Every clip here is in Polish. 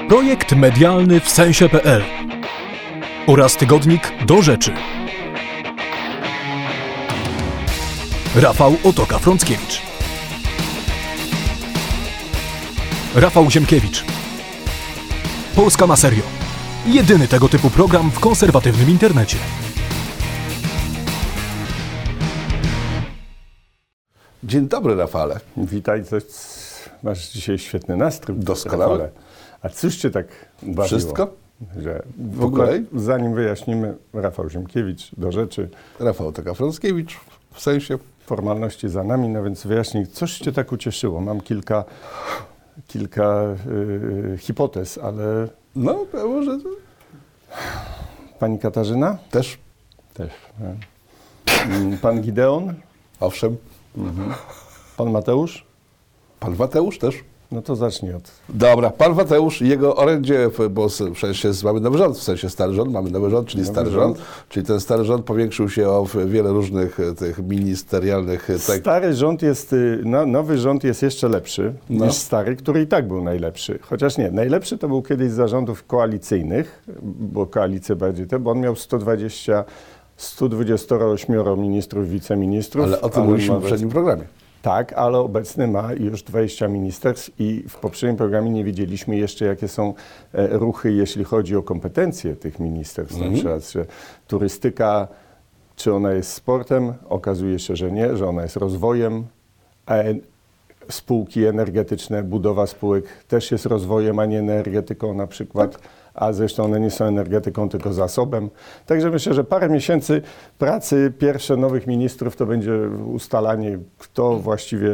Projekt medialny w sensie.pl oraz tygodnik Do Rzeczy. Rafał Otoka-Frąckiewicz. Rafał Ziemkiewicz. Polska ma serio. Jedyny tego typu program w konserwatywnym internecie. Dzień dobry, Rafale. Witaj, masz dzisiaj świetny nastrój. Doskonały. Rafale. A cóż cię tak bawiło? Wszystko? Że w Po ogóle, kolei? zanim wyjaśnimy, Rafał Ziemkiewicz, Do Rzeczy, Rafał Otoka-Frąckiewicz, w sensie. formalności za nami, no więc wyjaśnij, coś cię tak ucieszyło. Mam kilka hipotez, ale No, może pani Katarzyna? też. Też. Pan Gideon? Owszem. Pan Mateusz? Pan Mateusz też. No to zacznij od... Dobra, pan Mateusz i jego orędzie, bo przecież mamy nowy rząd, w sensie stary rząd, mamy nowy rząd, czyli Nowy stary rząd. rząd. Czyli ten stary rząd powiększył się o wiele różnych tych ministerialnych... Stary rząd jest, nowy rząd jest jeszcze lepszy niż stary, który i tak był najlepszy. Chociaż nie, najlepszy to był kiedyś z zarządów koalicyjnych, bo koalicje bardziej bo on miał 128 ministrów, wiceministrów. Ale o tym mówiliśmy w poprzednim programie. Tak, ale obecny ma już 20 ministerstw i w poprzednim programie nie wiedzieliśmy jeszcze, jakie są ruchy, jeśli chodzi o kompetencje tych ministerstw. Na przykład, że turystyka, czy ona jest sportem? Okazuje się, że nie, że ona jest rozwojem. Spółki energetyczne, budowa spółek też jest rozwojem, a nie energetyką na przykład. A zresztą one nie są energetyką, tylko zasobem. Także myślę, że parę miesięcy pracy pierwsze nowych ministrów to będzie ustalanie, kto właściwie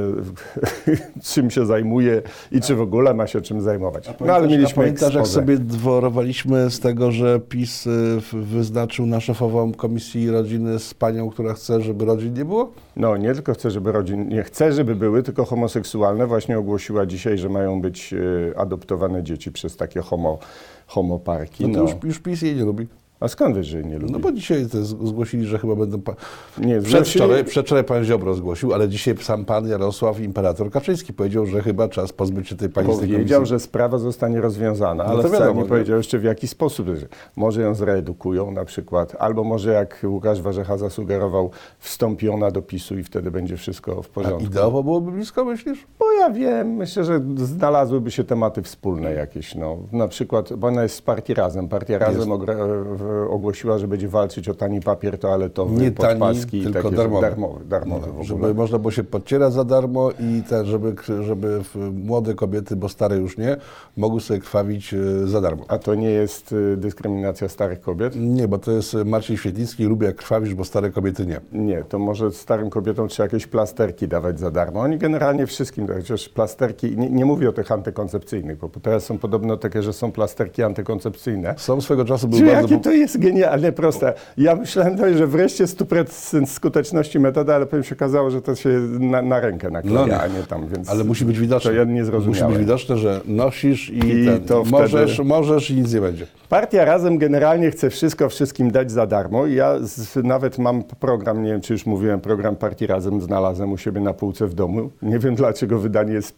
czym się zajmuje i czy w ogóle ma się czym zajmować. No ale mieliśmy Pamiętasz, jak expose. sobie dworowaliśmy z tego, że PiS wyznaczył na szefową Komisji Rodziny z panią, która chce, żeby rodzin nie było? No nie tylko chcę, żeby nie chcę, żeby były, tylko homoseksualne. Właśnie ogłosiła dzisiaj, że mają być adoptowane dzieci przez takie homoparki. No to już PiS jej nie lubi. A skąd wiesz, że jej nie lubi? No bo dzisiaj zgłosili, że chyba będą... Nie, Przedwczoraj pan Ziobro zgłosił, ale dzisiaj sam pan Jarosław Imperator Kaczyński powiedział, że chyba czas pozbyć się tej pani z tej powiedział, komisji. że sprawa zostanie rozwiązana, ale to wcale wiadomo, nie powiedział jeszcze w jaki sposób. Może ją zreedukują na przykład, albo może jak Łukasz Warzecha zasugerował, wstąpi ona do PiS-u i wtedy będzie wszystko w porządku. Ideowo byłoby blisko, myślisz? Bo ja wiem, myślę, że znalazłyby się tematy wspólne jakieś. No. Na przykład, bo ona jest z Partii Razem. Partia Razem ogłosiła, że będzie walczyć o tani papier toaletowy, Nie tani, podpaski i tylko takie darmowe w ogóle. Żeby można było się podcierać za darmo i żeby młode kobiety, bo stare już nie, mogły sobie krwawić za darmo. A to nie jest dyskryminacja starych kobiet? Nie, bo to jest Marcin Świetlicki, lubi jak krwawisz, bo stare kobiety nie. Nie, to może starym kobietom trzeba jakieś plasterki dawać za darmo. Oni generalnie wszystkim dają, chociaż plasterki, nie mówię o tych antykoncepcyjnych, bo teraz są podobno takie, że są plasterki antykoncepcyjne. Są swego czasu były bardzo... Jakie to jest genialnie proste. Ja myślałem, że wreszcie 100% skuteczności metoda, ale potem się okazało, że to się na rękę nakleja, a nie tam, więc... Ale musi być widoczne. To ja nie zrozumiałem. Musi być widoczne, że nosisz i to możesz i nic nie będzie. Partia Razem generalnie chce wszystko wszystkim dać za darmo i ja nawet mam program, nie wiem czy już mówiłem, program Partii Razem znalazłem u siebie na półce w domu. Nie wiem dlaczego wydanie jest z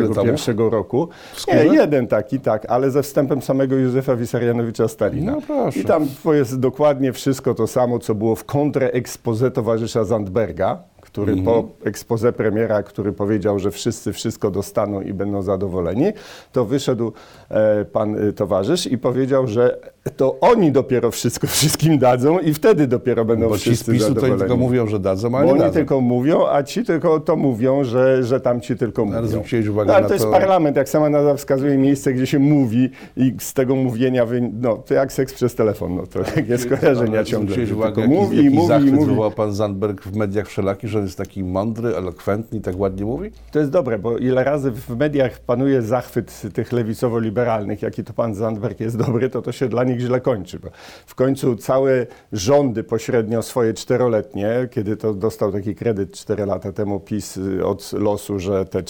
51 roku. Nie, jeden taki, tak, ale ze wstępem samego Józefa Wissarionowicza Stalina. No proszę. I tam jest dokładnie wszystko to samo, co było w kontrexposé towarzysza Zandberga, który po expose premiera, który powiedział, że wszyscy wszystko dostaną i będą zadowoleni, to wyszedł pan towarzysz i powiedział, że to oni dopiero wszystko wszystkim dadzą i wtedy dopiero będą wszyscy zadowoleni. Bo ci z PiS-u tylko mówią, że dadzą, a bo nie oni dadzą. tylko mówią, a ci tylko to mówią, że tamci tylko mówią. Ale zwróciłeś uwagę ale na to jest parlament, jak sama nazwa wskazuje, miejsce, gdzie się mówi i z tego mówienia, no to jak seks przez telefon, no to takie skojarzenia ciągle. Zwróciłeś uwagę, tylko jaki zachwyt mówi. wywołał pan Zandberg w mediach wszelakich, że on jest taki mądry, elokwentny i tak ładnie mówi? To jest dobre, bo ile razy w mediach panuje zachwyt tych lewicowo-liberalnych, jaki to pan Zandberg jest dobry, to się dla nich źle kończy. Bo w końcu całe rządy pośrednio swoje 4-letnie, kiedy to dostał taki kredyt 4 lata temu PiS od losu, że te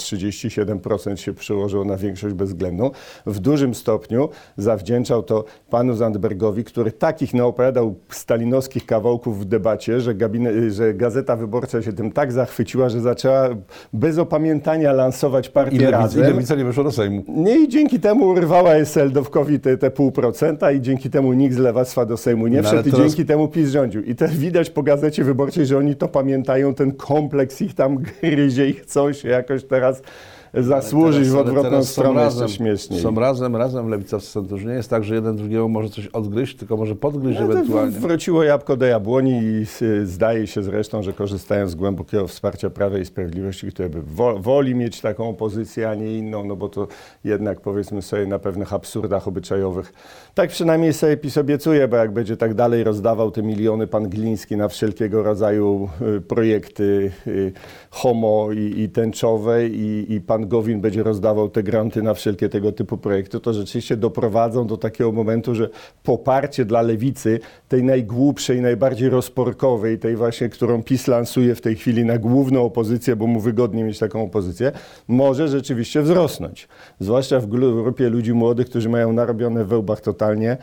37% się przyłożyło na większość bezwzględną, w dużym stopniu zawdzięczał to panu Zandbergowi, który takich naopowiadał stalinowskich kawałków w debacie, że Gazeta Wyborcza się tym tym tak zachwyciła, że zaczęła bez opamiętania lansować partię Razem. I Lewica nie weszła do Sejmu. Nie, i dzięki temu urwała SL-Dowkowi te 0,5% i dzięki temu nikt z lewactwa do Sejmu nie wszedł i dzięki temu PiS rządził. I widać po Gazecie Wyborczej, że oni to pamiętają, ten kompleks ich tam gryzie i chcą się jakoś teraz zasłużyć w odwrotną stronę, jeszcze śmieszniej. Są razem, lewicowcy to już nie jest tak, że jeden drugiego może coś odgryźć, tylko może podgryźć ewentualnie. Wróciło jabłko do jabłoni i zdaje się zresztą, że korzystają z głębokiego wsparcia Prawa i Sprawiedliwości, które by woli mieć taką pozycję, a nie inną, no bo to jednak powiedzmy sobie na pewnych absurdach obyczajowych. Tak przynajmniej sobie PiS obiecuje, bo jak będzie tak dalej rozdawał te miliony pan Gliński na wszelkiego rodzaju projekty homo i tęczowe i pan Gowin będzie rozdawał te granty na wszelkie tego typu projekty, to rzeczywiście doprowadzą do takiego momentu, że poparcie dla lewicy, tej najgłupszej, najbardziej rozporkowej, tej właśnie, którą PiS lansuje w tej chwili na główną opozycję, bo mu wygodnie mieć taką opozycję, może rzeczywiście wzrosnąć. Zwłaszcza w grupie ludzi młodych, którzy mają narobione we łbach totalnie.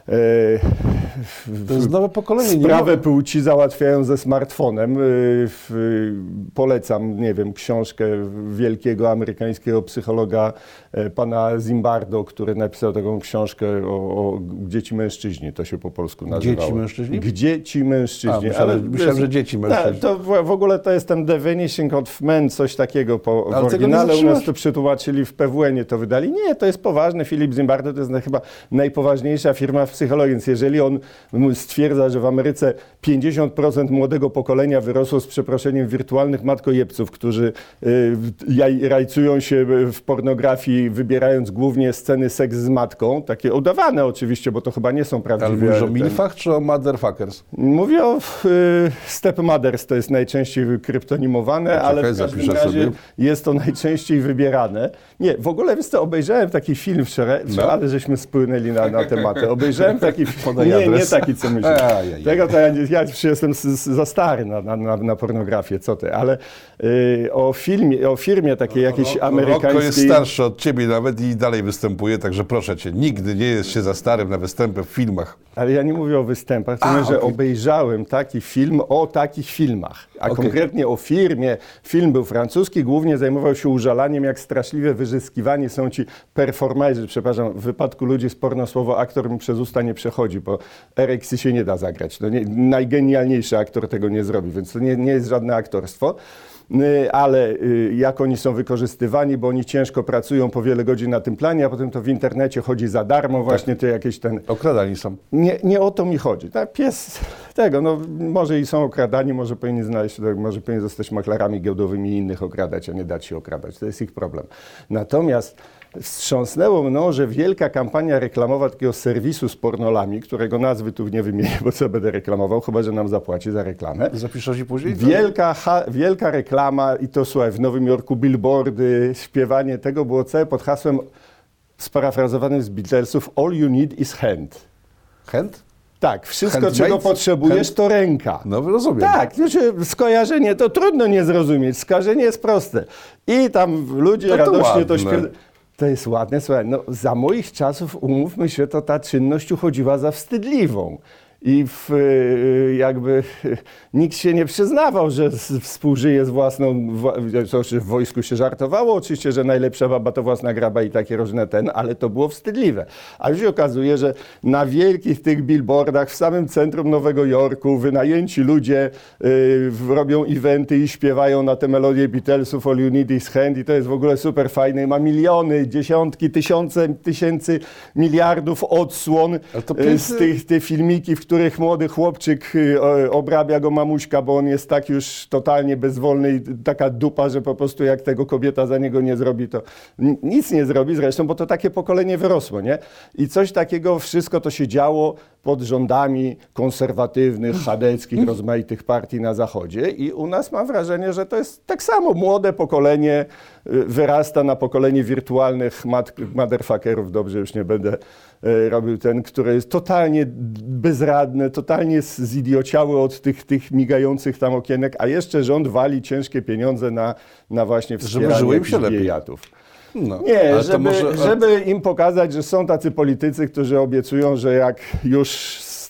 To jest nowe pokolenie. Sprawę płci załatwiają ze smartfonem. Polecam, nie wiem, książkę wielkiego amerykańskiego psychologa pana Zimbardo, który napisał taką książkę o Gdzie ci mężczyźni, to się po polsku nazywało. Gdzie ci mężczyźni? Gdzie ci mężczyźni. Myślałem, że dzieci mężczyźni. To w ogóle to jest ten The Vanishing of Men, coś takiego w oryginale. U nas to przetłumaczyli w PWN-ie, to wydali. Nie, to jest poważne. Philip Zimbardo to jest chyba najpoważniejsza firma w psychologii, więc jeżeli on stwierdza, że w Ameryce 50% młodego pokolenia wyrosło z przeproszeniem wirtualnych matkojebców, którzy rajcują się w pornografii, wybierając głównie sceny seks z matką, takie udawane oczywiście, bo to chyba nie są prawdziwe. Ale mówisz o milfach czy o motherfuckers? Mówię o stepmothers, to jest najczęściej kryptonimowane, ale w każdym razie jest to najczęściej wybierane. Nie, w ogóle wiesz co, obejrzałem taki film wczoraj, ale żeśmy spłynęli na tematy. Obejrzałem taki film, nie taki, co myślisz. Tego to ja jestem za stary na pornografię, co ty, ale o firmie takiej jakiejś amerykańskiej. Rocco jest starszy od ciebie nawet i dalej występuje, także proszę cię, nigdy nie jest się za starym na występy w filmach. Ale ja nie mówię o występach, tylko że obejrzałem taki film o takich filmach, a konkretnie o firmie. Film był francuski, głównie zajmował się użalaniem, jak straszliwe wyzyskiwani są ci performerzy. Przepraszam, w wypadku ludzi z porno słowo aktor mi przez usta nie przechodzi, bo ereksji się nie da zagrać. No najgenialniejszy aktor tego nie zrobi, więc to nie jest żadne aktorstwo. Ale jak oni są wykorzystywani, bo oni ciężko pracują po wiele godzin na tym planie, a potem to w internecie chodzi za darmo, właśnie to jakieś ten... Okradani są. Nie o to mi chodzi. Pies tego, no może i są okradani, może powinni znaleźć, może powinni zostać maklerami giełdowymi i innych okradać, a nie dać się okradać. To jest ich problem. Natomiast wstrząsnęło mną, że wielka kampania reklamowa takiego serwisu z pornolami, którego nazwy tu nie wymienię, bo co będę reklamował, chyba że nam zapłaci za reklamę. Zapiszesz i później? Wielka reklama i to słuchaj, w Nowym Jorku billboardy, śpiewanie tego było całe pod hasłem sparafrazowanym z Beatlesów All you need is hand. Hand? Tak, wszystko czego potrzebujesz to ręka. No rozumiem. Tak, skojarzenie to trudno nie zrozumieć, skojarzenie jest proste. I tam ludzie radośnie to śpiewają. To jest ładne, słuchaj, no za moich czasów, umówmy się, to ta czynność uchodziła za wstydliwą. I jakby nikt się nie przyznawał, że współżyje z własną, w wojsku się żartowało oczywiście, że najlepsza baba to własna graba i takie różne ale to było wstydliwe. A już się okazuje, że na wielkich tych billboardach w samym centrum Nowego Jorku wynajęci ludzie robią eventy i śpiewają na te melodie Beatlesów All You Need Is Hand i to jest w ogóle super fajne. Ma miliony, dziesiątki, tysięcy, miliardów odsłon z tych filmiki, w których młody chłopczyk obrabia go mamuśka, bo on jest tak już totalnie bezwolny i taka dupa, że po prostu jak tego kobieta za niego nie zrobi, to nic nie zrobi zresztą, bo to takie pokolenie wyrosło, nie? I coś takiego, wszystko to się działo pod rządami konserwatywnych, chadeckich, rozmaitych partii na Zachodzie i u nas mam wrażenie, że to jest tak samo młode pokolenie wyrasta na pokolenie wirtualnych motherfuckerów, dobrze już nie będę robił które jest totalnie bezradne, totalnie zidiociały od tych migających tam okienek, a jeszcze rząd wali ciężkie pieniądze na właśnie wspieranie wiejatów. No, nie, żeby im pokazać, że są tacy politycy, którzy obiecują, że jak już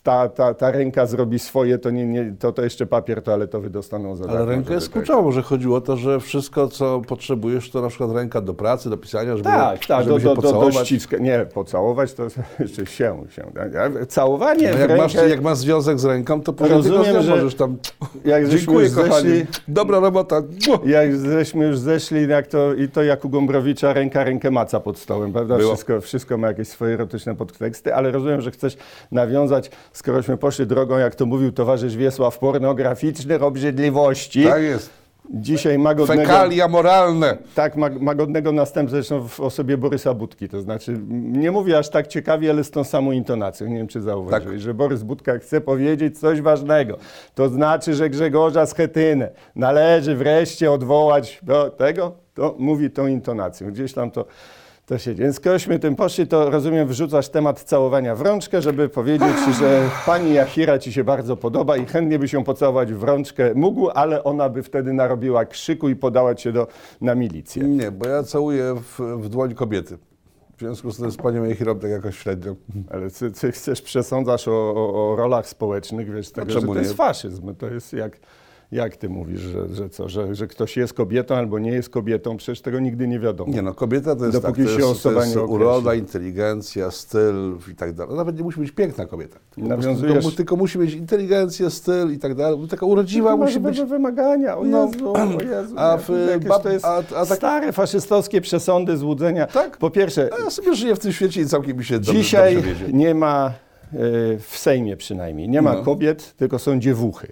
ta ręka zrobi swoje, to jeszcze papier toaletowy dostaną za darmo. Ale ręka jest kluczowa, może chodziło o to, że wszystko, co potrzebujesz, to na przykład ręka do pracy, do pisania, żeby, żeby się pocałować. Nie, pocałować to jeszcze się. Całowanie Jak masz związek z ręką, to później rozumiem, że możesz tam... Jak Dziękuję, kochani. Dobra robota. Jak żeśmy już zeszli, jak u Gombrowicza rękę maca pod stołem, prawda? Wszystko ma jakieś swoje erotyczne podteksty, ale rozumiem, że chcesz nawiązać, skorośmy poszli drogą, jak to mówił towarzysz Wiesław, pornograficznych obrzydliwości. Tak jest. Dzisiaj ma godnego... Fekalia moralne. Tak, ma godnego następcę zresztą w osobie Borysa Budki. To znaczy, nie mówię aż tak ciekawie, ale z tą samą intonacją. Nie wiem, czy zauważyłeś, że Borys Budka chce powiedzieć coś ważnego. To znaczy, że Grzegorza Schetynę należy wreszcie odwołać do tego. To mówi tą intonacją. Gdzieś tam to siedzi. Więc skorośmy tym poszli, to rozumiem, wrzucasz temat całowania w rączkę, żeby powiedzieć, że pani Jachira ci się bardzo podoba i chętnie by się pocałować w rączkę mógł, ale ona by wtedy narobiła krzyku i podała cię na milicję. Nie, bo ja całuję w dłoń kobiety. W związku z tym z panią Jachirą tak jakoś średnio. Ale ty chcesz, przesądzasz o rolach społecznych, wiesz, tego, że to jest faszyzm. To jest jak ty mówisz, że ktoś jest kobietą albo nie jest kobietą, przecież tego nigdy nie wiadomo. Nie no, kobieta to jest dopóki się osoba nie uroda, inteligencja, styl i tak dalej. Nawet nie musi być piękna kobieta. Tylko musi mieć inteligencję, styl i tak dalej. Taka urodziwa musi być. Wymagania, o Jezu, to jest stare faszystowskie przesądy, złudzenia. Tak? Po pierwsze... Ja sobie żyję w tym świecie i całkiem mi się dobrze dzisiaj wiedzie. Nie ma, w Sejmie przynajmniej, nie ma kobiet, tylko są dziewuchy.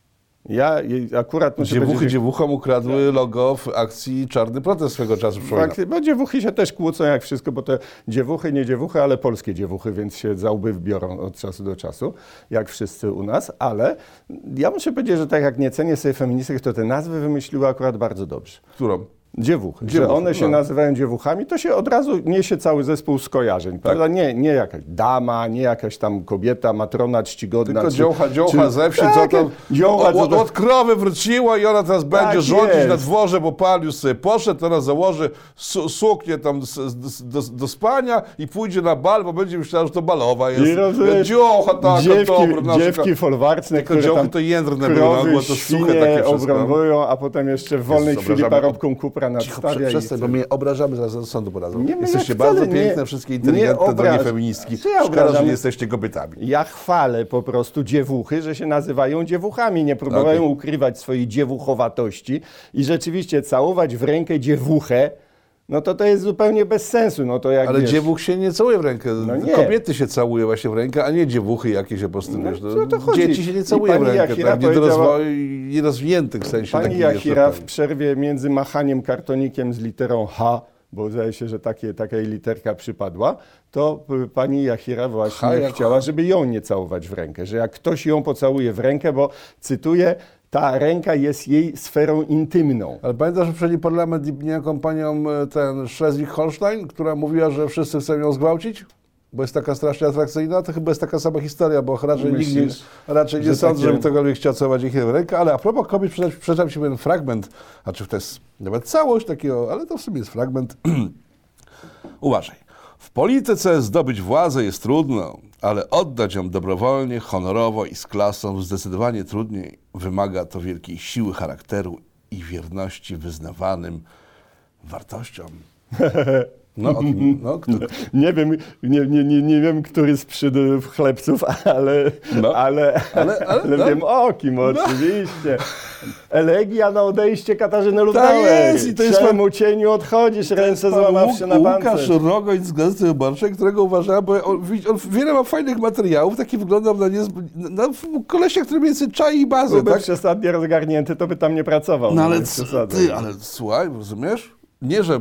Ja akurat muszę Dziewuchom ukradły logo w akcji Czarny Protest swego czasu. Bo dziewuchy się też kłócą jak wszystko, bo to dziewuchy, nie dziewuchy, ale polskie dziewuchy, więc się za łby biorą od czasu do czasu, jak wszyscy u nas, ale ja muszę powiedzieć, że tak jak nie cenię sobie feministek, to te nazwy wymyśliły akurat bardzo dobrze. Którą? Dziewuchy. Że one się nazywają dziewuchami, to się od razu niesie cały zespół skojarzeń, prawda? Nie jakaś dama, nie jakaś tam kobieta, matrona czcigodna. Tylko dziołcha ze wsi, co tam od krowy wróciła i ona teraz będzie rządzić na dworze, bo pan już sobie poszedł, teraz założy suknię tam do spania i pójdzie na bal, bo będzie myślała, że to balowa jest. Dziołcha taka dobra. Dziewki folwarczne, które dziołchy to jędrne krowy, były, to suche takie obrąbują, a potem jeszcze w wolnej chwili parobką kupra nadstawia. Przestań, bo mnie obrażamy, zaraz do sądu poradzą. Jesteście bardzo piękne, wszystkie inteligentne, drogie feministki. Szkoda, że nie jesteście kobietami. Ja chwalę po prostu dziewuchy, że się nazywają dziewuchami. Nie próbują ukrywać swojej dziewuchowatości i rzeczywiście całować w rękę dziewuchę, no to jest zupełnie bez sensu. No to jak ale dziewuch się nie całuje w rękę. Kobiety się całuje właśnie w rękę, a nie dziewuchy jakieś po prostu. Dzieci się nie całuje w rękę, tak? Niedorozwiniętych w sensie. Pani Jachira w przerwie między machaniem kartonikiem z literą H, bo zdaje się, że taka jej literka przypadła, to pani Jachira właśnie chciała, żeby ją nie całować w rękę. Że jak ktoś ją pocałuje w rękę, bo cytuję, ta ręka jest jej sferą intymną. Ale pamiętasz, że poprzedni parlament niejaką panią Schleswig-Holstein, która mówiła, że wszyscy chcą ją zgwałcić? Bo jest taka strasznie atrakcyjna, to chyba jest taka sama historia, bo raczej nie sądzę, żeby ktokolwiek chciał całować ich w rękę. Ale a propos kobiet, przeczytam ci jeden fragment, znaczy to jest nawet całość takiego, ale to w sumie jest fragment. Uważaj. W polityce zdobyć władzę jest trudno, ale oddać ją dobrowolnie, honorowo i z klasą zdecydowanie trudniej. Wymaga to wielkiej siły charakteru i wierności wyznawanym wartościom. Nie wiem, który z chlebców, ale wiem o kim oczywiście. Elegia na odejście Katarzyny Lubnauer. Czemu cieniu odchodzisz, ręce złamawszy na pancerz? Łukasz Rogoń z Gazety Wyborczej, którego uważałem, bo on wiele ma fajnych materiałów, taki wyglądał na kolesia, który mniej więcej czai i bazę. Byłby przesadnie rozgarnięty, to by tam nie pracował. No ale słuchaj, rozumiesz? Nie, że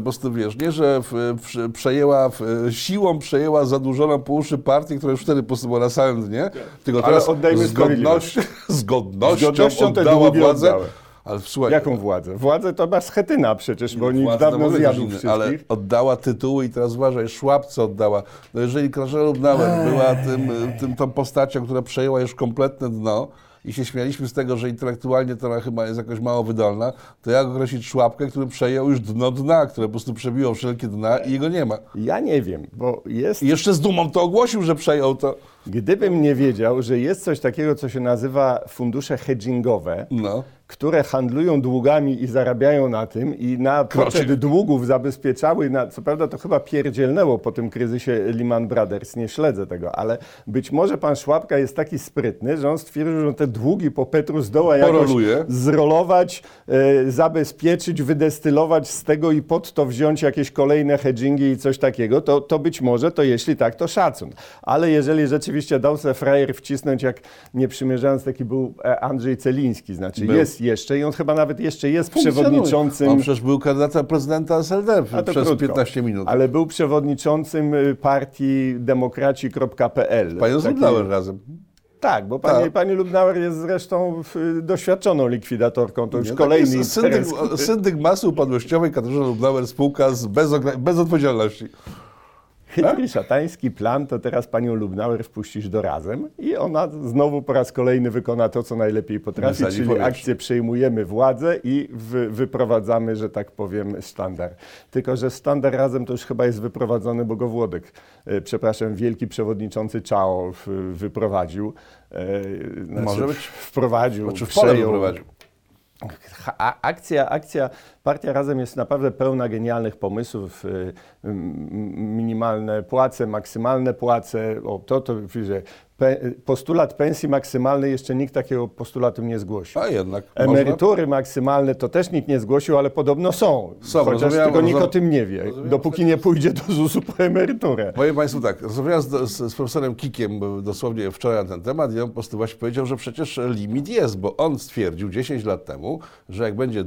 siłą przejęła zadłużoną po uszy partię, która już wtedy postępowała na samym dnie, tylko teraz z godnością oddała władzę. Ale słuchaj, jaką władzę? Władzę to ma Schetyna przecież, bo nikt dawno zjadł wszystkich. Ale oddała tytuły i teraz uważaj, Szłapce oddała. No jeżeli Katarzyna Lubnauer była tą postacią, która przejęła już kompletne dno, i się śmialiśmy z tego, że intelektualnie to ona chyba jest jakoś mało wydolna, to jak określić Szłapkę, który przejął już dno dna, które po prostu przebiło wszelkie dna i jego nie ma. Ja nie wiem, bo jest... I jeszcze z dumą to ogłosił, że przejął to. Gdybym nie wiedział, że jest coś takiego, co się nazywa fundusze hedgingowe, które handlują długami i zarabiają na tym i na poczet długów zabezpieczały, co prawda to chyba pierdzielnęło po tym kryzysie Lehman Brothers, nie śledzę tego, ale być może pan Szłapka jest taki sprytny, że on stwierdził, że te długi po Petru zdoła jakoś zrolować, zabezpieczyć, wydestylować z tego i pod to wziąć jakieś kolejne hedgingi i coś takiego, to być może, to jeśli tak, to szacun. Ale jeżeli rzeczywiście dał se frajer wcisnąć, jak nie przymierzając, taki był Andrzej Celiński, znaczy jest jeszcze i on chyba nawet jeszcze jest przewodniczącym. On przecież był kandydatem prezydenta SLD przez 15 minut. Ale był przewodniczącym partii demokraci.pl. Panią Lubnauer razem. Tak, bo pani Lubnauer jest zresztą doświadczoną likwidatorką. To już kolejny syndyk masy upadłościowej Katarzyna Lubnauer, spółka bez odpowiedzialności. Chytry szatański plan to teraz panią Lubnauer wpuścisz do Razem i ona znowu po raz kolejny wykona to, co najlepiej potrafi, czyli akcję przejmujemy władzę i wyprowadzamy, że tak powiem, sztandar. Tylko że sztandar Razem to już chyba jest wyprowadzony, bo go Włodek, wielki przewodniczący Czao wyprowadził. Może być wprowadził, wprowadził. Partia Razem jest naprawdę pełna genialnych pomysłów, minimalne płace, maksymalne płace, postulat pensji maksymalnej, jeszcze nikt takiego postulatu nie zgłosił. A jednak. Emerytury maksymalne to też nikt nie zgłosił, ale podobno są. Chociaż tylko nikt o tym nie wie, dopóki nie pójdzie do ZUS-u po emeryturę. Powiem Państwu tak, rozmawiałem z profesorem Kikiem dosłownie wczoraj na ten temat i on po prostu właśnie powiedział, że przecież limit jest, bo on stwierdził 10 lat temu, że jak będzie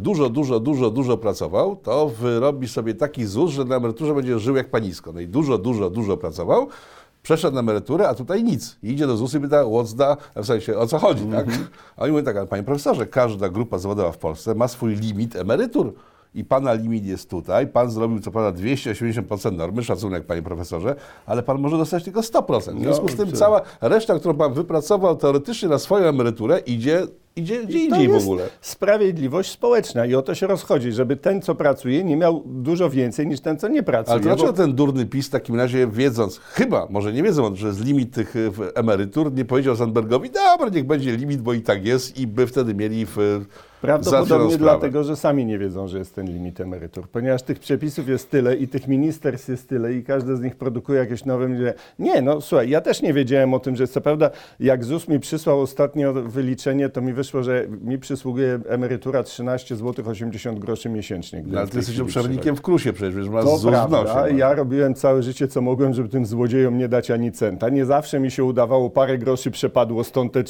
dużo pracował, to wyrobi sobie taki ZUS, że na emeryturze będzie żył jak panisko. No i dużo pracował, przeszedł na emeryturę, a tutaj nic. I idzie do ZUS-u i pyta, w sensie, o co chodzi, tak? A oni mówią tak, ale panie profesorze, każda grupa zawodowa w Polsce ma swój limit emerytur. I pana limit jest tutaj, pan zrobił co prawda 280% normy, szacunek panie profesorze, ale pan może dostać tylko 100%. W związku z tym cała reszta, którą pan wypracował teoretycznie na swoją emeryturę, idzie indziej w ogóle. Sprawiedliwość społeczna i o to się rozchodzi, żeby ten, co pracuje, nie miał dużo więcej niż ten, co nie pracuje. Ale to dlaczego ten durny PiS w takim razie, wiedząc, może nie wiedząc, że jest limit tych emerytur, nie powiedział Zandbergowi, dobra, niech będzie limit, bo i tak jest i by wtedy mieli Prawdopodobnie dlatego, że sami nie wiedzą, że jest ten limit emerytur. Ponieważ tych przepisów jest tyle i tych ministerstw jest tyle i każdy z nich produkuje jakieś nowe... Nie, słuchaj, ja też nie wiedziałem o tym, że co prawda jak ZUS mi przysłał ostatnio wyliczenie, to mi wyszło, że mi przysługuje emerytura 13 zł 80 groszy miesięcznie. Ale ty jesteś obszarnikiem w KRUS-ie przecież, wiesz, masz to ZUS prawda, w nosie. Ja robiłem całe życie, co mogłem, żeby tym złodziejom nie dać ani centa. Nie zawsze mi się udawało, parę groszy przepadło, stąd te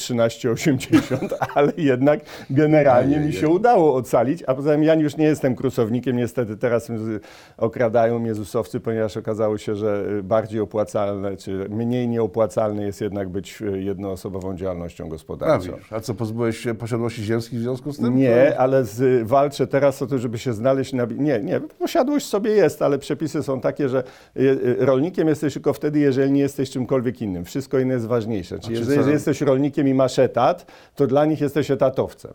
13,80, ale jednak generalnie mi się udało ocalić, a poza tym ja już nie jestem krusownikiem, niestety teraz okradają mnie ZUS-owcy, ponieważ okazało się, że bardziej opłacalne, czy mniej nieopłacalne jest jednak być jednoosobową działalnością gospodarczą. A co, pozbyłeś się posiadłości ziemskich w związku z tym? Nie, ale walczę teraz o to, żeby się znaleźć na... Nie, posiadłość sobie jest, ale przepisy są takie, że rolnikiem jesteś tylko wtedy, jeżeli nie jesteś czymkolwiek innym. Wszystko inne jest ważniejsze. Czyli jeżeli jesteś rolnikiem i masz etat, to dla nich jesteś etatowcem.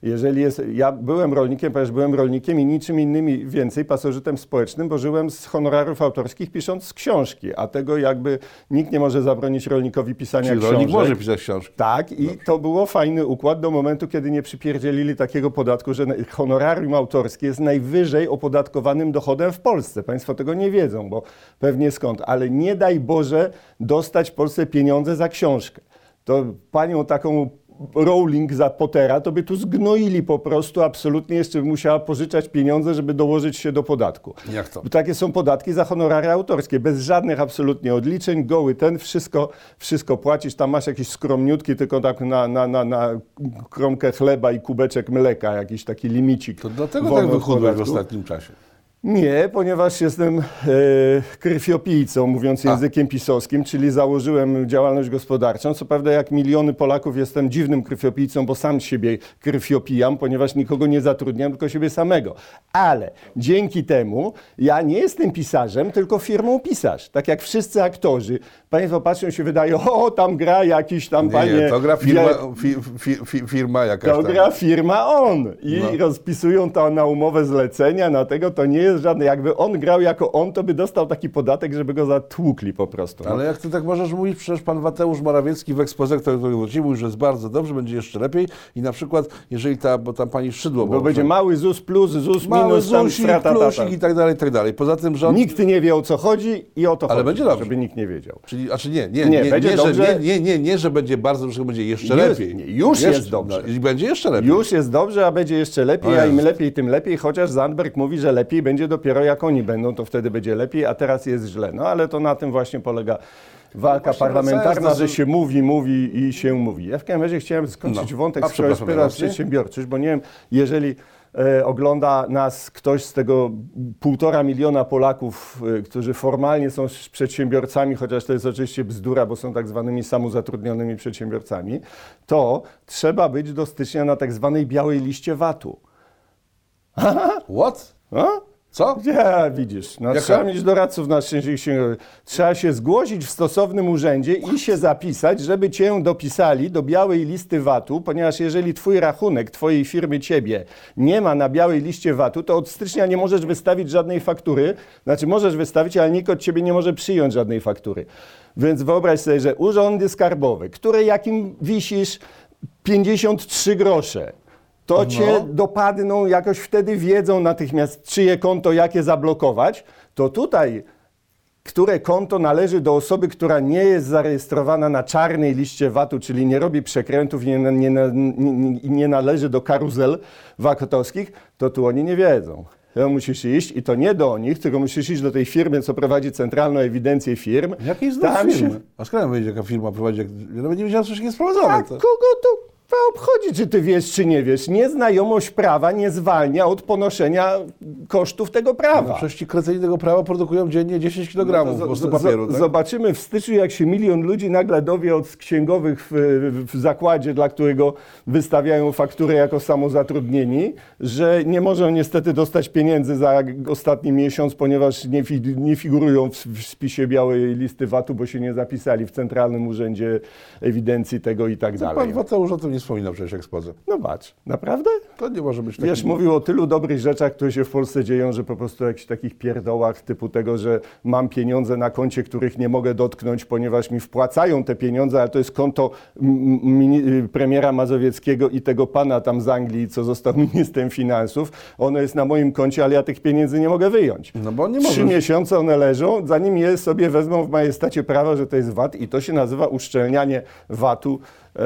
Ja byłem rolnikiem, ponieważ byłem rolnikiem i niczym innym więcej pasożytem społecznym, bo żyłem z honorarów autorskich pisząc książki, a tego jakby nikt nie może zabronić rolnikowi pisania książek. Rolnik może pisać książki. Tak, i to było fajny układ do momentu, kiedy nie przypierdzielili takiego podatku, że honorarium autorskie jest najwyżej opodatkowanym dochodem w Polsce. Państwo tego nie wiedzą, bo pewnie skąd, ale nie daj Boże dostać w Polsce pieniądze za książkę. To panią taką Rowling za Pottera, to by tu zgnoili po prostu, absolutnie jeszcze by musiała pożyczać pieniądze, żeby dołożyć się do podatku. Jak to? Bo takie są podatki za honorary autorskie, bez żadnych absolutnie odliczeń, goły wszystko płacisz, tam masz jakiś skromniutki, tylko tak na kromkę chleba i kubeczek mleka, jakiś taki limicik. To dlatego tak wychudłeś w ostatnim czasie. Nie, ponieważ jestem krwiopijcą, mówiąc językiem pisowskim, czyli założyłem działalność gospodarczą. Co prawda jak miliony Polaków jestem dziwnym krwiopijcą, bo sam siebie krwiopijam, ponieważ nikogo nie zatrudniam, tylko siebie samego. Ale dzięki temu ja nie jestem pisarzem, tylko firmą pisarz. Tak jak wszyscy aktorzy. Państwo patrzą się wydaje, tam gra jakiś tam panie... Nie, to gra firma jakaś tam. To gra firma on. I rozpisują to na umowę zlecenia, na tego to nie jest jest żadne. Jakby on grał jako on, to by dostał taki podatek, żeby go zatłukli po prostu. No. Ale jak ty tak możesz mówić, przecież pan Mateusz Morawiecki w exposé, który mówił, że jest bardzo dobrze, będzie jeszcze lepiej i na przykład, jeżeli bo tam pani Szydło... Bo będzie mały ZUS plus, ZUS mały minus, tam ZUSik, strata, plusik i tak dalej, i tak dalej. Poza tym rząd... Nikt nie wie, o co chodzi i o to Ale chodzi, będzie dobrze. żeby nikt nie wiedział. Czyli, znaczy nie, że będzie bardzo dobrze, że będzie jeszcze lepiej. Już jest dobrze. No, i będzie jeszcze lepiej. Już jest dobrze, a będzie jeszcze lepiej, a im lepiej, tym lepiej, chociaż Zandberg mówi, że lepiej będzie dopiero jak oni będą, to wtedy będzie lepiej, a teraz jest źle. No ale to na tym właśnie polega walka parlamentarna, że się mówi i się mówi. Ja w każdym razie chciałem skończyć wątek z przedsiębiorczość, bo nie wiem, jeżeli ogląda nas ktoś z tego 1,5 miliona Polaków, którzy formalnie są przedsiębiorcami, chociaż to jest oczywiście bzdura, bo są tak zwanymi samozatrudnionymi przedsiębiorcami, to trzeba być do stycznia na tak zwanej białej liście VAT-u. What? A? Co? Ja, widzisz, no, trzeba mieć doradców na szczęście księgowych. Trzeba się zgłosić w stosownym urzędzie i się zapisać, żeby cię dopisali do białej listy VAT-u, ponieważ jeżeli twój rachunek twojej firmy, ciebie, nie ma na białej liście VAT-u, to od stycznia nie możesz wystawić żadnej faktury. Znaczy możesz wystawić, ale nikt od ciebie nie może przyjąć żadnej faktury. Więc wyobraź sobie, że urzędy skarbowe, które jakim wisisz 53 grosze, to cię dopadną, jakoś wtedy wiedzą natychmiast, czyje konto, jakie zablokować, to tutaj, które konto należy do osoby, która nie jest zarejestrowana na czarnej liście VAT-u, czyli nie robi przekrętów i nie należy do karuzel VAT-owskich, to tu oni nie wiedzą. To musisz iść i to nie do nich, tylko musisz iść do tej firmy, co prowadzi centralną ewidencję firm. Jakiej znam firmy? A skąd ja wiedzieć, jaka firma prowadzi? Ja nawet nie wiedziałem, co się jest sprowadzone. A kogo to obchodzi, czy ty wiesz, czy nie wiesz? Nieznajomość prawa nie zwalnia od ponoszenia kosztów tego prawa. No przecież ci kreceni tego prawa produkują dziennie 10 kg po prostu papieru. Tak? Zobaczymy w styczniu, jak się 1 milion ludzi nagle dowie od księgowych w zakładzie, dla którego wystawiają fakturę jako samozatrudnieni, że nie mogą niestety dostać pieniędzy za ostatni miesiąc, ponieważ nie figurują w spisie białej listy VAT-u, bo się nie zapisali w Centralnym Urzędzie Ewidencji tego i tak dalej. Pan Mateusz o tym nie wspominał przecież exposé. No patrz, naprawdę? To nie może być taki... Wiesz, mówił o tylu dobrych rzeczach, które się w Polsce dzieją, że po prostu jakichś takich pierdołach typu tego, że mam pieniądze na koncie, których nie mogę dotknąć, ponieważ mi wpłacają te pieniądze, ale to jest konto premiera Mazowieckiego i tego pana tam z Anglii, co został ministrem finansów. Ono jest na moim koncie, ale ja tych pieniędzy nie mogę wyjąć. No bo nie 3 miesiące one leżą, zanim je sobie wezmą w majestacie prawa, że to jest VAT i to się nazywa uszczelnianie VAT-u.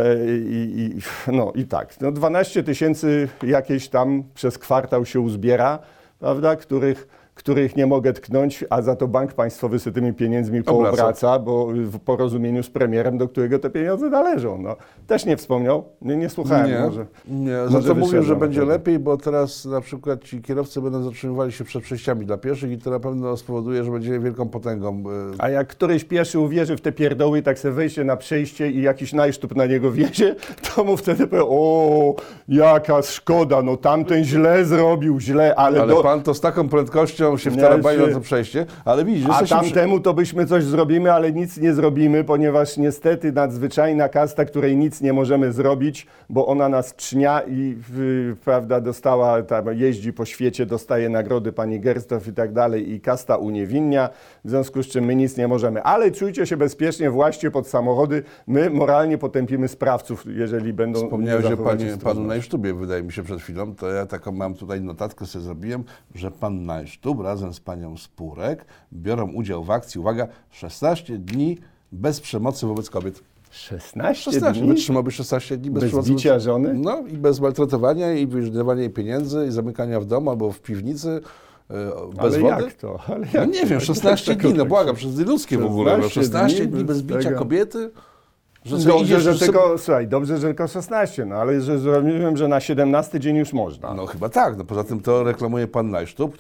I tak, no 12 000 jakieś tam przez kwartał się uzbiera, prawda, których nie mogę tknąć, a za to Bank Państwowy sobie tymi pieniędzmi poobraca, bo w porozumieniu z premierem, do którego te pieniądze należą. No, też nie wspomniał, nie słuchałem. Nie, za to mówił, że będzie lepiej, bo teraz na przykład ci kierowcy będą zatrzymywali się przed przejściami dla pieszych i to na pewno spowoduje, że będzie wielką potęgą. A jak któryś pieszy uwierzy w te pierdoły i tak se wejdzie na przejście i jakiś najsztub na niego wiezie, to mu wtedy powie, o, jaka szkoda, no tamten źle zrobił, ale pan to z taką prędkością się wtarabali na to przejście, ale widzisz... A tamtemu to byśmy coś zrobimy, ale nic nie zrobimy, ponieważ niestety nadzwyczajna kasta, której nic nie możemy zrobić, bo ona nas cznia i prawda, dostała, jeździ po świecie, dostaje nagrody pani Gersdorf i tak dalej i kasta uniewinnia, w związku z czym my nic nie możemy. Ale czujcie się bezpiecznie, właście pod samochody, my moralnie potępimy sprawców, jeżeli będą... Wspomniałeś o panu Najsztubie, wydaje mi się przed chwilą, to ja taką mam tutaj notatkę sobie zrobiłem, że pan Najsztub razem z panią Spurek biorą udział w akcji, uwaga, 16 dni bez przemocy wobec kobiet. 16 dni? Wytrzymałby 16 dni bez przemocy. Bez bicia żony? No i bez maltretowania i wydawania jej pieniędzy i zamykania w domu albo w piwnicy. Bez ale wody? Jak to? Ale jak no nie wiem, 16 dni, no błagam, przez ludzkie w ogóle. 16 dni bez bicia kobiety? Dobrze, że tylko 16, no ale że zrozumiałem, że na 17 dzień już można. No chyba tak, no poza tym to reklamuje pan Najsztub,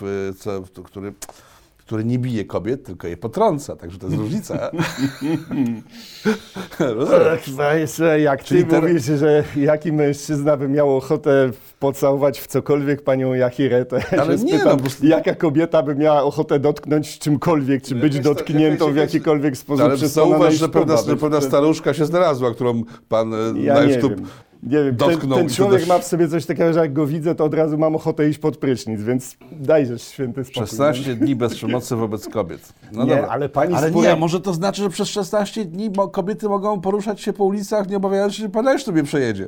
który nie bije kobiet, tylko je potrąca, także to jest różnica. Jak ty mówisz, że jaki mężczyzna by miał ochotę pocałować w cokolwiek panią Jachirę, to ja się spytam, jaka kobieta by miała ochotę dotknąć czymkolwiek, czy być dotkniętą w jakikolwiek sposób ale przez pana Najsztuba. Że pewna staruszka się znalazła, którą pan Najsztub Nie wiem, dotknął. ten człowiek ma w sobie coś takiego, że jak go widzę, to od razu mam ochotę iść pod prysznic, więc dajże święty spokój. 16 dni bez przemocy wobec kobiet. No nie, dobra. ale pani Ale Spurek... nie, może to znaczy, że przez 16 dni kobiety mogą poruszać się po ulicach, nie obawiając się, że pan deszcz sobie przejedzie.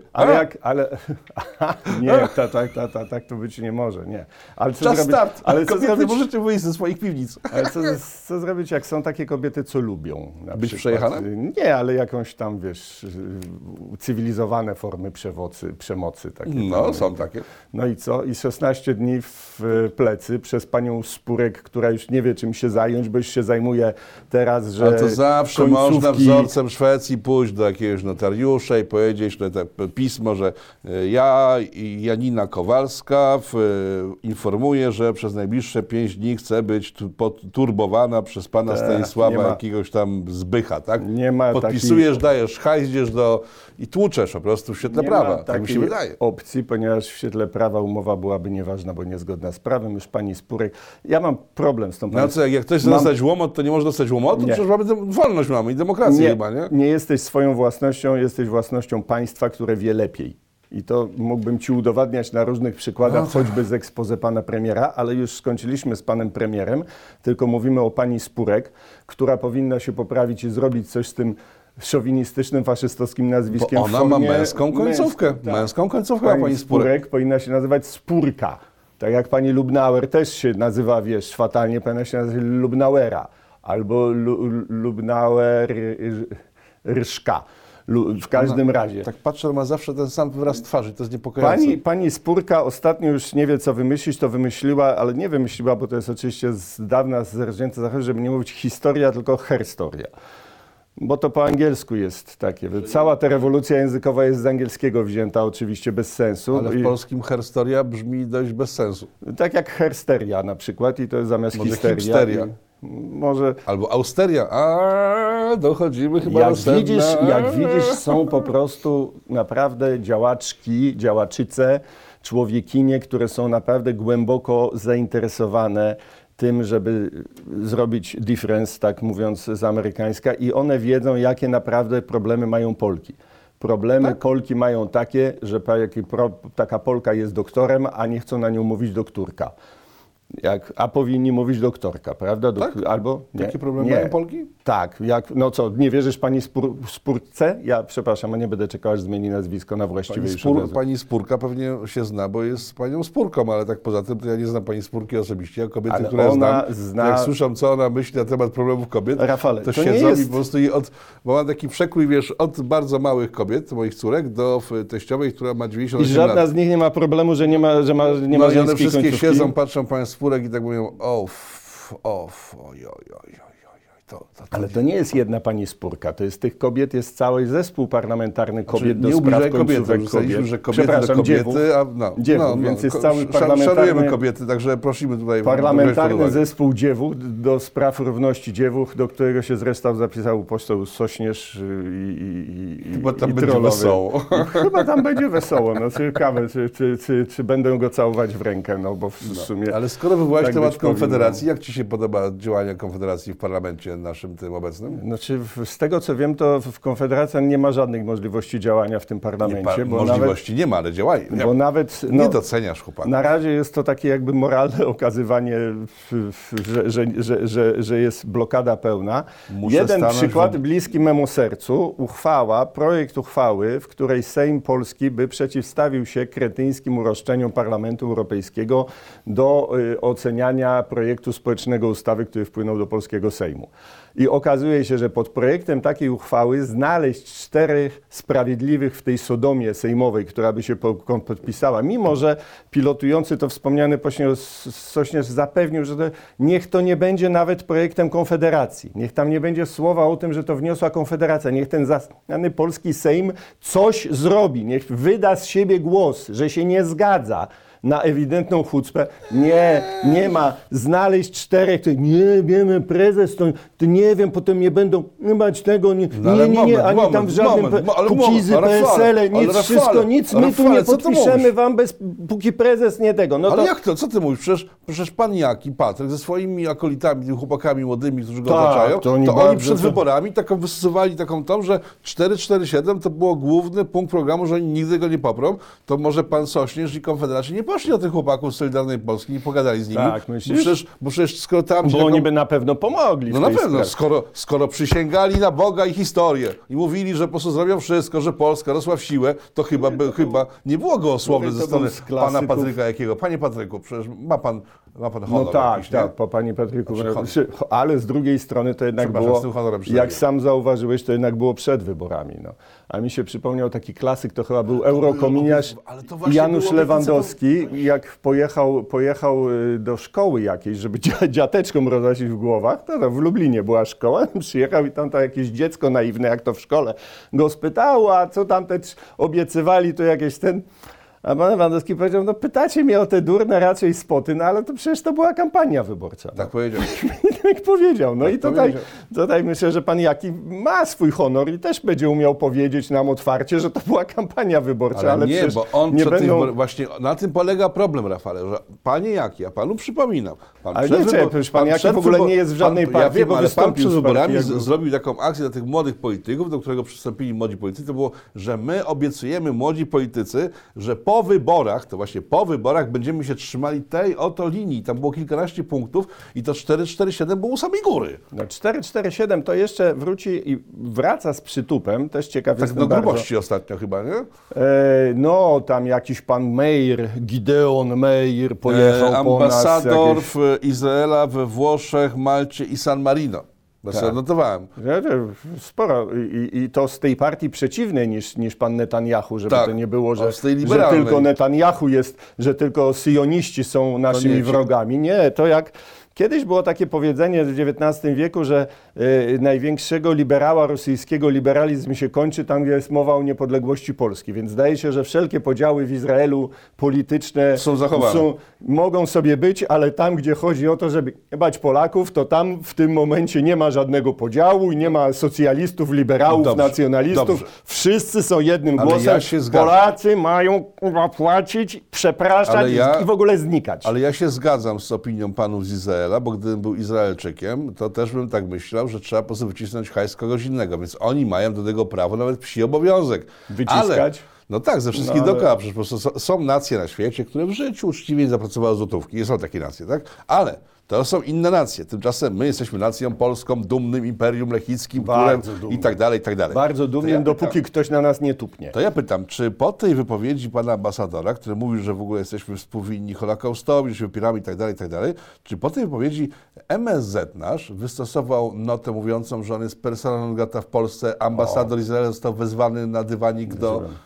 Nie, tak to być nie może, nie. Ale co Czas zrobić, start. ale co Kobiety zrobić, możecie wyjść ze swoich piwnic. ale co zrobić, jak są takie kobiety, co lubią? Na Być przykład? przejechane? Nie, ale jakąś tam, wiesz, cywilizowane formy przemocy. Takie No, tam. są takie. No i co? I 16 dni w plecy przez panią Spurek, która już nie wie, czym się zająć, bo już się zajmuje teraz, że Ale to zawsze końcówki... można wzorcem Szwecji pójść do jakiegoś notariusza i powiedzieć pismo, że ja i Janina Kowalska informuję, że przez najbliższe 5 dni chcę być turbowana przez pana Stanisława jakiegoś tam Zbycha, tak? Nie ma podpisujesz, dajesz hajs, idziesz i tłuczesz po prostu w świetle prawa. Tak mi się wydaje. Opcji, ponieważ w świetle prawa umowa byłaby nieważna, bo niezgodna z prawem. Już pani Spurek... Ja mam problem z tą... No co, jak ktoś chce dostać łomot, to nie może dostać łomotu? Nie. Przecież wolność mamy i demokrację chyba, nie? Nie jesteś swoją własnością, jesteś własnością państwa, które wie lepiej. I to mógłbym ci udowadniać na różnych przykładach, choćby z exposé pana premiera, ale już skończyliśmy z panem premierem, tylko mówimy o pani Spurek, która powinna się poprawić i zrobić coś z tym szowinistycznym, faszystowskim nazwiskiem. Bo ona ma męską końcówkę. Męską końcówkę ma pani Spurek. Powinna się nazywać Spurka. Tak jak pani Lubnauer też się nazywa, wiesz, fatalnie, powinna się nazywać Lubnauera. Albo Lubnauer Ryszka. W każdym razie. Tak patrzę, ma zawsze ten sam wyraz twarzy, to jest niepokojące. Pani Spurka ostatnio już nie wie, co wymyślić, to wymyśliła, ale nie wymyśliła, bo to jest oczywiście z dawna zerżnięte zachowanie, żeby nie mówić historia, tylko herstoria. Bo to po angielsku jest takie. Cała ta rewolucja językowa jest z angielskiego wzięta, oczywiście bez sensu. Ale w polskim herstoria brzmi dość bez sensu. Tak jak hersteria na przykład i to jest zamiast Może histeria. hipsteria. Może... Albo austeria. Dochodzimy chyba do sedna. Jak widzisz, są po prostu naprawdę działaczki, działaczyce, człowiekinie, które są naprawdę głęboko zainteresowane tym, żeby zrobić difference, tak mówiąc z amerykańska, i one wiedzą, jakie naprawdę problemy mają Polki. Problemy Polki mają takie, że taka Polka jest doktorem, a nie chcą na nią mówić doktorka. A powinni mówić doktorka, prawda? Albo nie. Takie problemy mają Polki? Tak. No co, nie wierzysz pani Spurce? Ja przepraszam, a nie będę czekał, aż zmieni nazwisko na właściwe już od razu. Pani Spurka pewnie się zna, bo jest panią Spurką, ale tak poza tym to ja nie znam pani Spurki osobiście, a kobiety, ale które znam, jak słyszą, co ona myśli na temat problemów kobiet, Rafale, to siedzą i po prostu bo mam taki przekrój, wiesz, od bardzo małych kobiet, moich córek, do teściowej, która ma 98 lat. I żadna z nich nie ma problemu, że nie ma one żeńskiej wszystkie końcówki. siedzą, patrzą państw Spurek i tak mówią, oj. Ale to nie jest jedna pani Spurka, to jest tych kobiet, jest cały zespół parlamentarny kobiet nie do spraw końcówek kobiet. Że kobiety Przepraszam, do kobiety, więc jest cały parlamentarny... Szanujemy kobiety, także prosimy tutaj... Parlamentarny zespół dziewuch do spraw równości dziewuch, do którego się zresztą zapisał poseł Sośnierz i Chyba tam i będzie trollowy. wesoło. Chyba tam będzie wesoło, no ciekawe, czy będę go całować w rękę, no bo w sumie... Ale skoro wywołałeś tak temat być powinno. Konfederacji, jak ci się podoba działanie Konfederacji w parlamencie naszym tym obecnym? Znaczy, z tego co wiem, to w Konfederacji nie ma żadnych możliwości działania w tym parlamencie. Możliwości nie ma, ale działają. Bo nawet... nie doceniasz, chłopak. Na razie jest to takie jakby moralne okazywanie, że jest blokada pełna. Jeden przykład bliski memu sercu. Projekt uchwały, w której Sejm Polski by przeciwstawił się kretyńskim uroszczeniom Parlamentu Europejskiego do oceniania projektu społecznego ustawy, który wpłynął do polskiego Sejmu. I okazuje się, że pod projektem takiej uchwały znaleźć 4 sprawiedliwych w tej sodomie sejmowej, która by się podpisała, mimo że pilotujący to wspomniany poseł Sośnierz zapewnił, że niech to nie będzie nawet projektem Konfederacji. Niech tam nie będzie słowa o tym, że to wniosła Konfederacja. Niech ten zasłaniany polski Sejm coś zrobi. Niech wyda z siebie głos, że się nie zgadza na ewidentną chucpę. Nie ma znaleźć 4, to nie wiemy, prezes, to nie wiem, potem nie będą bać tego, nie, ani tam w żadnym Kukizy, PSL-e, nic, wszystko, nic, my tu nie podpiszemy wam, póki prezes nie tego. No ale to... jak to? Co ty mówisz? Przecież pan Jaki, Patryk, ze swoimi akolitami, tymi chłopakami młodymi, którzy go otaczają, to oni przed wyborami wysyłali taką tą, że 447 to było główny punkt programu, że oni nigdy go nie poprą, to może pan Sośnierz i Konfederaci nie poszli do tych chłopaków z Solidarnej Polski, nie pogadali z nimi. Tak, myślisz? Bo przecież skoro tam... Bo oni by na pewno pomogli. No na pewno, skoro przysięgali na Boga i historię i mówili, że po prostu zrobią wszystko, że Polska rosła w siłę, to chyba nie było gołosłowne ze strony pana Patryka Jakiego. Panie Patryku, przecież ma pan honor. No tak, jakiś, tak, po panie Patryku. Ale z drugiej strony to jednak było, jak sam zauważyłeś, to jednak było przed wyborami. No. A mi się przypomniał taki klasyk, to chyba był eurokominiarz Janusz Lewandowski, jak pojechał do szkoły jakiejś, żeby dziateczkom roznosić w głowach, to w Lublinie była szkoła, przyjechał i tam to jakieś dziecko naiwne, jak to w szkole, go spytało, a co tam obiecywali, to jakieś A pan Lewandowski powiedział, no pytacie mnie o te durne raczej spoty, no ale to przecież to była kampania wyborcza. Tak powiedział. Tak powiedział. No tak i tutaj myślę, że pan Jaki ma swój honor i też będzie umiał powiedzieć nam otwarcie, że to była kampania wyborcza. Ale nie, bo on nie będą... Właśnie na tym polega problem, Rafale, że panie Jaki, a panu przypominam. Ale pan Jaki w ogóle nie jest w żadnej partii, ja wiem, bo ale pan przed wyborami jakby... zrobił taką akcję dla tych młodych polityków, do którego przystąpili młodzi politycy, to było, że my obiecujemy, młodzi politycy, że po wyborach, to właśnie po wyborach będziemy się trzymali tej oto linii. Tam było kilkanaście punktów i to 447 było u samej góry. No 447 to jeszcze wróci i wraca z przytupem, też ciekawy tak do grubości ostatnio chyba, nie? No tam jakiś pan Meir, Gideon Meir pojechał ambasador w Izraela, we Włoszech, Malcie i San Marino. Tak. Notowałem. Sporo. I to z tej partii przeciwnej niż pan Netanyahu, żeby to nie było, że tylko Netanyahu jest, że tylko syjoniści są naszymi wrogami. Nie, to jak... Kiedyś było takie powiedzenie w XIX wieku, że największego liberała rosyjskiego liberalizm się kończy tam, gdzie jest mowa o niepodległości Polski. Więc zdaje się, że wszelkie podziały w Izraelu polityczne są zachowane. Mogą sobie być, ale tam, gdzie chodzi o to, żeby nie bać Polaków, to tam w tym momencie nie ma żadnego podziału i nie ma socjalistów, liberałów, nacjonalistów. Wszyscy są jednym głosem. Polacy mają płacić, przepraszać i w ogóle znikać. Ale ja się zgadzam z opinią panów z Izraela, bo gdybym był Izraelczykiem, to też bym tak myślał, że trzeba po prostu wycisnąć hajs kogoś innego, więc oni mają do tego prawo, nawet psi obowiązek. Wyciskać? No tak, ze wszystkich dookoła, przecież po prostu są nacje na świecie, które w życiu uczciwie zapracowały złotówki, są takie nacje, tak? Ale to są inne nacje. Tymczasem my jesteśmy nacją polską, dumnym imperium lechickim, i tak dalej, i tak dalej. Bardzo dumnym, dopóki ktoś na nas nie tupnie. To ja pytam, czy po tej wypowiedzi pana ambasadora, który mówił, że w ogóle jesteśmy współwinni Holokaustowi, że się opieramy i tak dalej, czy po tej wypowiedzi MSZ nasz wystosował notę mówiącą, że on jest persona non grata w Polsce, ambasador Izraela został wezwany na dywanik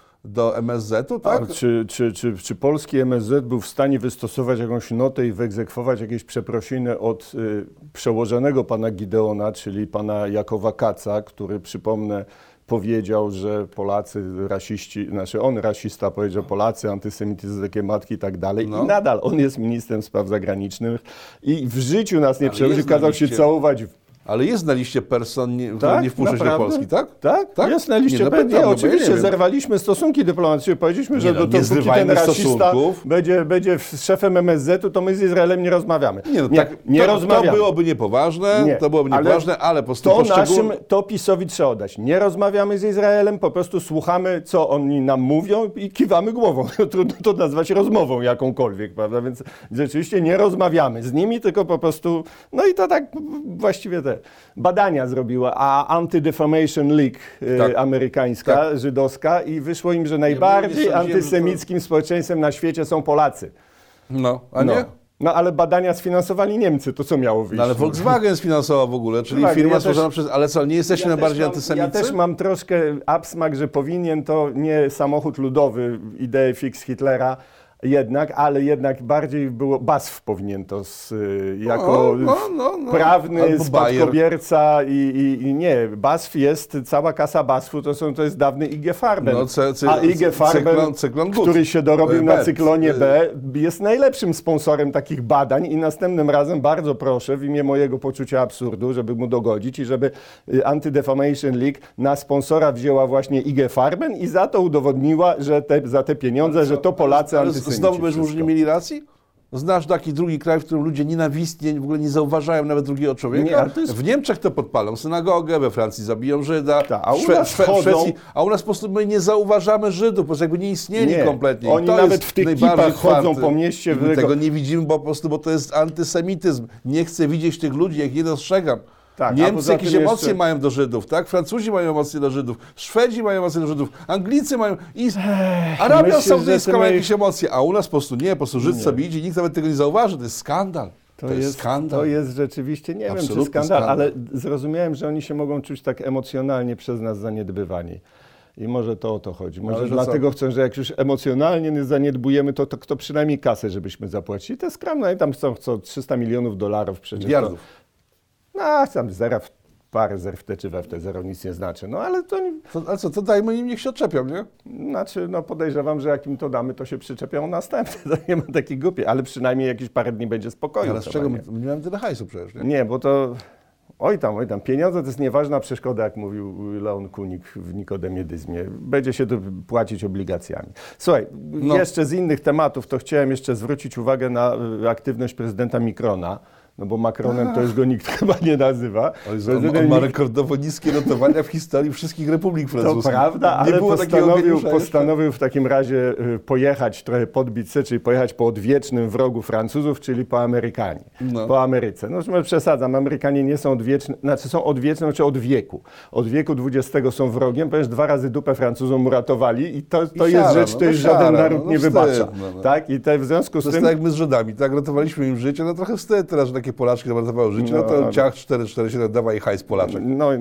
do MSZ-u, tak? Czy polski MSZ był w stanie wystosować jakąś notę i wyegzekwować jakieś przeprosiny od przełożonego pana Gideona, czyli pana Jakowa Kaca, który, przypomnę, powiedział, że Polacy rasiści, on rasista powiedział, Polacy, antysemityzm, takie matki i tak dalej. I nadal on jest ministrem spraw zagranicznych i w życiu nas nie przełożył, kazał się całować. Ale jest na liście person, nie wpuszczać do Polski, tak? Tak? Jest na liście. Oczywiście zerwaliśmy stosunki dyplomatyczne. Powiedzieliśmy, że dopóki ten rasista będzie szefem MSZ-u, to my z Izraelem nie rozmawiamy. Nie rozmawiamy. To byłoby niepoważne, ale po prostu to PiS-owi trzeba oddać. Nie rozmawiamy z Izraelem, po prostu słuchamy, co oni nam mówią i kiwamy głową. Trudno to nazwać rozmową jakąkolwiek, prawda? Więc rzeczywiście nie rozmawiamy z nimi, tylko po prostu, no i to tak właściwie badania zrobiła, a Anti-Defamation League amerykańska, żydowska i wyszło im, że najbardziej antysemickim społeczeństwem na świecie są Polacy. Nie? No ale badania sfinansowali Niemcy, to co miało wyjść? No ale Volkswagen sfinansował w ogóle, czyli firma stworzona przez... Ale co, nie jesteśmy najbardziej antysemicy? Ja też mam troszkę absmak, że powinien to nie samochód ludowy, idee fix Hitlera, ale jednak bardziej było BASF powinien to jako prawny Albo spadkobierca i nie, BASF jest, cała kasa BASF-u to jest dawny IG Farben, a IG Farben, który się dorobił na cyklonie B, jest najlepszym sponsorem takich badań i następnym razem bardzo proszę w imię mojego poczucia absurdu, żeby mu dogodzić i żeby Anti-Defamation League na sponsora wzięła właśnie IG Farben i za to udowodniła, że za te pieniądze, że to Polacy antysemici. Znowu będziesz mówił, że nie mieli racji? Znasz taki drugi kraj, w którym ludzie nienawistnie w ogóle nie zauważają nawet drugiego człowieka? Nie, w Niemczech to podpalą synagogę, we Francji zabiją Żyda, a u nas po prostu my nie zauważamy Żydów, po prostu jakby nie istnieli kompletnie. Oni nawet w tych kipach chodzą po mieście. My tego nie widzimy, bo to jest antysemityzm. Nie chcę widzieć tych ludzi, jak je dostrzegam. Tak, Niemcy jakieś emocje mają do Żydów, tak? Francuzi mają emocje do Żydów, Szwedzi mają emocje do Żydów, Anglicy mają i Arabia Saudyjska ma jakieś emocje, a u nas po prostu nie, po prostu Żyd sobie idzie i nikt nawet tego nie zauważy, to jest skandal. To jest skandal. To jest rzeczywiście, nie wiem czy skandal, ale zrozumiałem, że oni się mogą czuć tak emocjonalnie przez nas zaniedbywani. I może to o to chodzi. Może dlatego chcą, że jak już emocjonalnie zaniedbujemy, to kto przynajmniej kasę, żebyśmy zapłacili. To jest skromne, i tam są co 300 milionów dolarów przecież. Miliardów. Tam zera parę zer w te czy we w te, zero nic nie znaczy. No ale to... Ale co, to dajmy im, niech się odczepią, nie? Znaczy, podejrzewam, że jak im to damy, to się przyczepią następne. To nie ma takiej głupie, ale przynajmniej jakieś parę dni będzie spokojnie. Ale z czego my nie mamy tyle hajsu przecież, nie? Nie, bo to... Oj tam, pieniądze to jest nieważna przeszkoda, jak mówił Leon Kunik w Nikodemiedyzmie. Będzie się to płacić obligacjami. Słuchaj, jeszcze z innych tematów, to chciałem jeszcze zwrócić uwagę na aktywność prezydenta Macrona. No bo Macronem to już go nikt chyba nie nazywa. On ma rekordowo niskie notowania w historii wszystkich republik francuskich. To prawda, ale postanowił w takim razie pojechać, trochę podbić się, czyli pojechać po odwiecznym wrogu Francuzów, czyli po Amerykanie. Po Ameryce. No przesadzam, Amerykanie nie są odwieczni, są odwieczni, znaczy od wieku. Od wieku XX są wrogiem, ponieważ 2 razy dupę Francuzom uratowali i to jest rzecz, której żaden naród nie wybacza. Tak? I w związku z tym... To jest tak jak my z Żydami, tak? Ratowaliśmy im życie, trochę wstyd teraz, że takie Polaczki ratowały życie, to ciach 447, dawaj hajs Polaczek.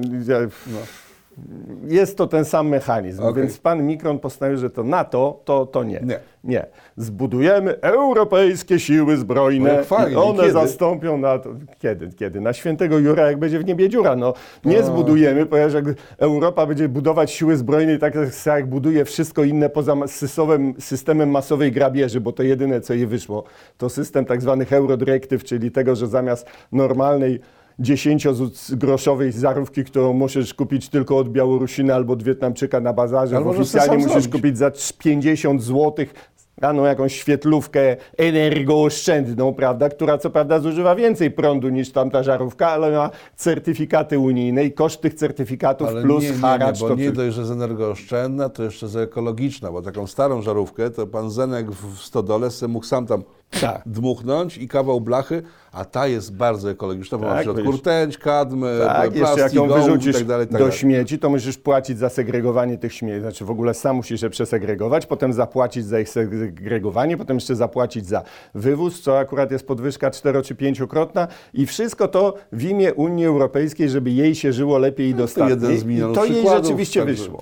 Jest to ten sam mechanizm, więc pan Macron postanowił, że to NATO, to nie. Nie. Zbudujemy europejskie siły zbrojne i one zastąpią NATO. Kiedy? Na świętego Jura, jak będzie w niebie dziura. Nie zbudujemy, ponieważ jak Europa będzie budować siły zbrojne tak jak buduje wszystko inne poza systemem masowej grabieży, bo to jedyne, co jej wyszło, to system tak zwanych eurodyrektyw, czyli tego, że zamiast normalnej 10-groszowej zarówki, którą musisz kupić tylko od Białorusiny albo od Wietnamczyka na bazarze, oficjalnie musisz kupić za 50 zł jakąś świetlówkę energooszczędną, prawda, która co prawda zużywa więcej prądu niż tamta żarówka, ale ma certyfikaty unijne i koszt tych certyfikatów plus haracz. Bo nie dość, że jest energooszczędna, to jeszcze jest ekologiczna, bo taką starą żarówkę to pan Zenek w stodole mógł sam tam dmuchnąć i kawał blachy, a ta jest bardzo ekologiczna, bo ma w środku rtęć, kadm, plastik, jak ją wyrzucisz tak do śmieci, to musisz płacić za segregowanie tych śmieci, znaczy w ogóle sam musisz je przesegregować, potem zapłacić za ich segregowanie, potem jeszcze zapłacić za wywóz, co akurat jest podwyżka 4- czy 5-krotna i wszystko to w imię Unii Europejskiej, żeby jej się żyło lepiej i dostatniej. I to jej rzeczywiście wyszło.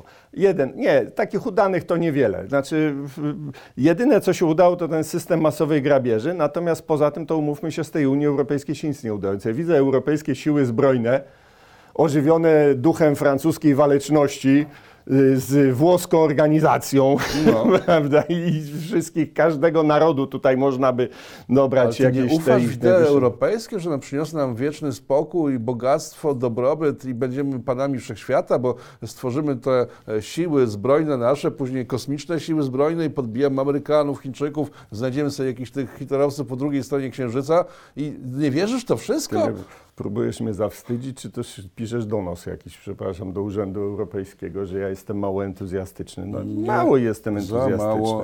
Takich udanych to niewiele. Znaczy, jedyne co się udało, to ten system masowej grabieży, natomiast poza tym to umówmy się, z tej Unii Europejskiej się nic nie udało. Ja widzę europejskie siły zbrojne ożywione duchem francuskiej waleczności, z włoską organizacją, prawda? I każdego narodu tutaj można by dobrać jakieś... Nie ufasz w idee europejskie, że przyniosą nam wieczny spokój, bogactwo, dobrobyt i będziemy panami wszechświata, bo stworzymy te siły zbrojne nasze, później kosmiczne siły zbrojne i podbijamy Amerykanów, Chińczyków, znajdziemy sobie jakichś tych hitlerowców po drugiej stronie Księżyca i nie wierzysz w to wszystko? Próbujesz mnie zawstydzić, czy też piszesz donos jakiś, przepraszam, do Urzędu Europejskiego, że ja jestem mało entuzjastyczny? Mało jestem entuzjastyczny.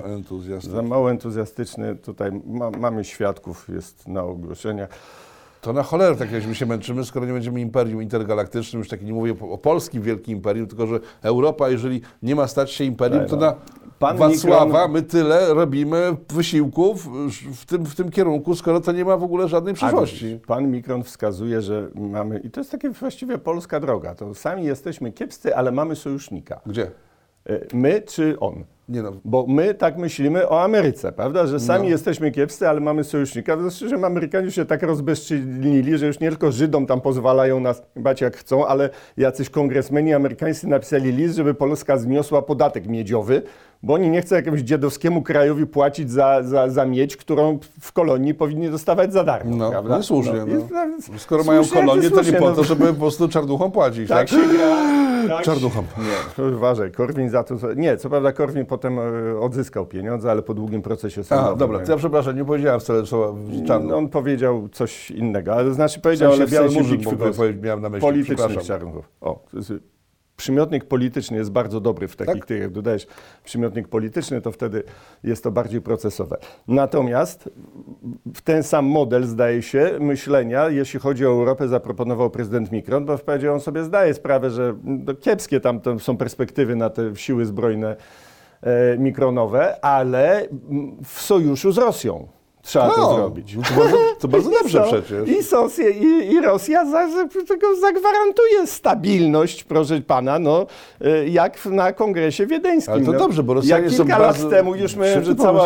Za mało entuzjastyczny. Tutaj mamy świadków, jest na ogłoszeniach. To na cholerę tak jakśmy się męczymy, skoro nie będziemy imperium intergalaktycznym, już tak nie mówię o polskim wielkim imperium, tylko że Europa, jeżeli nie ma stać się imperium, to na Wacława my tyle robimy wysiłków w tym kierunku, skoro to nie ma w ogóle żadnej przyszłości. Pan Macron wskazuje, że mamy, i to jest takie właściwie polska droga, to sami jesteśmy kiepscy, ale mamy sojusznika. Gdzie? My czy on? Nie no. Bo my tak myślimy o Ameryce, prawda? Że sami jesteśmy kiepscy, ale mamy sojusznika. Zresztą, że Amerykanie się tak rozbezczynili, że już nie tylko Żydom tam pozwalają nas bać jak chcą, ale jacyś kongresmeni amerykańscy napisali list, żeby Polska zniosła podatek miedziowy, bo oni nie chcą jakiemuś dziadowskiemu krajowi płacić za miedź, którą w kolonii powinni dostawać za darmo. No, prawda? no słusznie. No. Skoro mają Słusznie, kolonię, to nie słusznie, po no. to, żeby po prostu czarnuchom płacić, tak? Tak się gra. Tak Czarnuchom. Nie, uważaj, Korwin za to... Nie, co prawda Korwin potem odzyskał pieniądze, ale po długim procesie Aha, sądowym. dobra, to ja przepraszam, nie powiedziałem wcale słowa czarno. On powiedział coś innego, ale to znaczy powiedział, ale w biały sensie murzyn bitwy miałem na myśli, politycznych przepraszam. czarnków. O, to jest, przymiotnik polityczny jest bardzo dobry w takich tych, jak dodajesz przymiotnik polityczny, to wtedy jest to bardziej procesowe. Natomiast w ten sam model, zdaje się, myślenia, jeśli chodzi o Europę, zaproponował prezydent Macron, bo wprawdzie on sobie zdaje sprawę, że kiepskie tam są perspektywy na te siły zbrojne mikronowe, ale w sojuszu z Rosją. Trzeba to zrobić. No to bardzo dobrze przecież. I Rosja zagwarantuje stabilność, proszę pana, jak na kongresie wiedeńskim. Ale to dobrze, bo Rosjanie jak są kilka bardzo... lat temu już mówiłem, że cała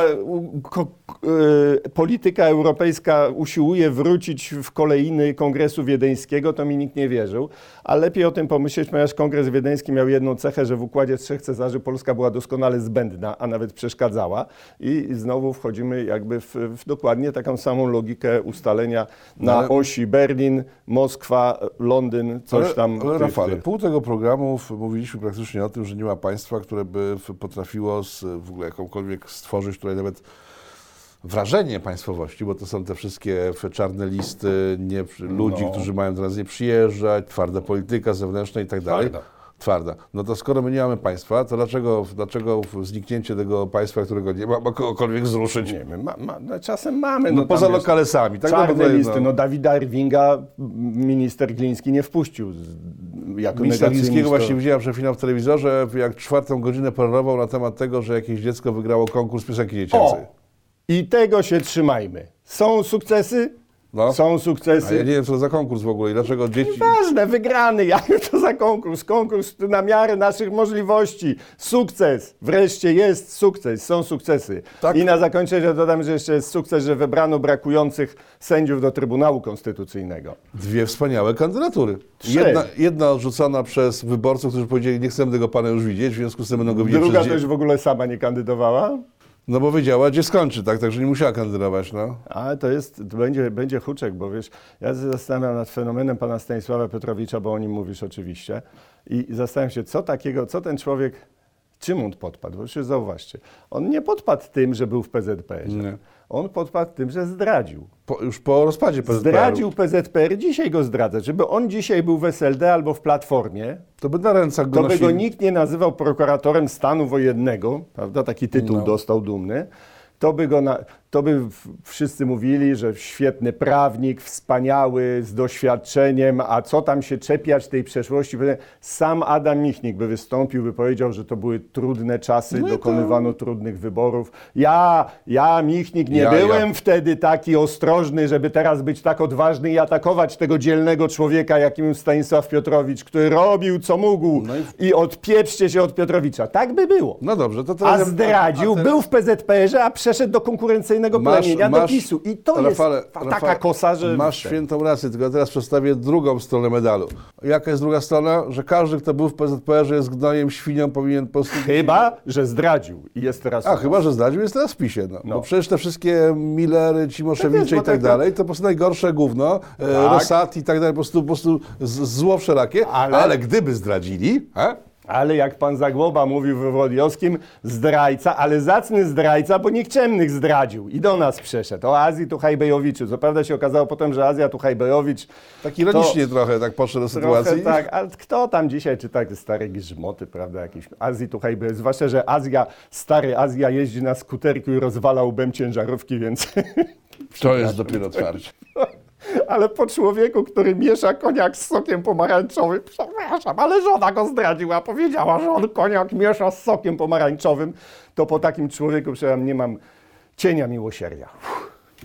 polityka europejska usiłuje wrócić w kolejny kongresu wiedeńskiego, to mi nikt nie wierzył. A lepiej o tym pomyśleć, ponieważ kongres wiedeński miał jedną cechę, że w układzie trzech cesarzy Polska była doskonale zbędna, a nawet przeszkadzała. I znowu wchodzimy jakby w dokładnie taką samą logikę ustalenia na osi Berlin, Moskwa, Londyn, coś tam. Ale Rafale, pół tego programu mówiliśmy praktycznie o tym, że nie ma państwa, które by potrafiło w ogóle jakąkolwiek stworzyć tutaj nawet wrażenie państwowości, bo to są te wszystkie czarne listy ludzi, którzy mają do nas nie przyjeżdżać, twarda polityka zewnętrzna i tak dalej. Twarda. No to skoro my nie mamy państwa, to dlaczego zniknięcie tego państwa, którego nie ma kogokolwiek wzruszyć? Nie wiem, czasem mamy. No poza lokalesami. Tak czarne listy. Dawida Irvinga minister Gliński nie wpuścił jako Ministra Glińskiego negacjonista. właśnie widziałem, że finał w telewizorze, jak 4. godzinę parował na temat tego, że jakieś dziecko wygrało konkurs piosenki dziecięcej. I tego się trzymajmy. Są sukcesy? No. Są sukcesy. A ja nie wiem, co to za konkurs w ogóle i dlaczego dzieci... Ważne, wygrany. Jak to za konkurs? Konkurs na miarę naszych możliwości. Sukces. Wreszcie jest sukces. Są sukcesy. Tak. I na zakończenie dodam, że jeszcze jest sukces, że wybrano brakujących sędziów do Trybunału Konstytucyjnego. 2 wspaniałe kandydatury. 3. Jedna odrzucona przez wyborców, którzy powiedzieli, nie chcemy tego pana już widzieć, w związku z tym będą go widzieć Druga przez... też w ogóle sama nie kandydowała. No bo wiedziała, gdzie skończy, tak? Także nie musiała kandydować, no. Ale to będzie huczek, bo wiesz, ja się zastanawiam nad fenomenem pana Stanisława Piotrowicza, bo o nim mówisz oczywiście. I zastanawiam się, co ten człowiek, czym on podpadł? Bo już zauważcie, on nie podpadł tym, że był w PZPR-ze. Nie. On podpadł tym, że zdradził. Już po rozpadzie PZPR-u. Zdradził PZPR, dzisiaj go zdradza. Żeby on dzisiaj był w SLD albo w Platformie, To by na rękach go to by nosili. go nikt nie nazywał prokuratorem stanu wojennego, prawda? Taki tytuł dostał dumny. To by wszyscy mówili, że świetny prawnik, wspaniały, z doświadczeniem, a co tam się czepiać tej przeszłości. Sam Adam Michnik by wystąpił, by powiedział, że to były trudne czasy, dokonywano trudnych wyborów. Ja Michnik, nie byłem wtedy taki ostrożny, żeby teraz być tak odważny i atakować tego dzielnego człowieka, jakim Stanisław Piotrowicz, który robił co mógł i odpieprzcie się od Piotrowicza. Tak by było. No dobrze, to teraz... A zdradził, był w PZPR-ze, a przeszedł do konkurencyjnego plemienia do PiS-u. I to Rafale, jest taka kosa, że... Masz świętą rację, tylko teraz przedstawię drugą stronę medalu. Jaka jest druga strona? Że każdy, kto był w PZPR-ze, jest gnojem, świnią, powinien po prostu... Chyba, że zdradził i jest teraz... Chyba, że zdradził, jest teraz w PiS-ie. No. Bo przecież te wszystkie Millery, Cimoszewicze i tak dalej, to po prostu najgorsze gówno, Rosat i tak dalej, po prostu zło wszelakie, ale gdyby zdradzili... Ale jak pan Zagłoba mówił we Włodiowskim, zdrajca, ale zacny zdrajca, bo nikczemnych zdradził i do nas przeszedł. O Azji Tuchajbejowiczu. Co prawda się okazało potem, że Azja Tuchajbejowicz... Tak ironicznie trochę tak poszedł do sytuacji. Tak, ale kto tam dzisiaj czyta te stare grzmoty, prawda, jakieś Azji Tuchajbejowicz. Zwłaszcza, że stary Azja jeździ na skuterku i rozwala łbem ciężarówki, więc... To jest dopiero twardzie. Ale po człowieku, który miesza koniak z sokiem pomarańczowym, przepraszam, ale żona go zdradziła, powiedziała, że on koniak miesza z sokiem pomarańczowym, to po takim człowieku, przepraszam, nie mam cienia miłosierdzia.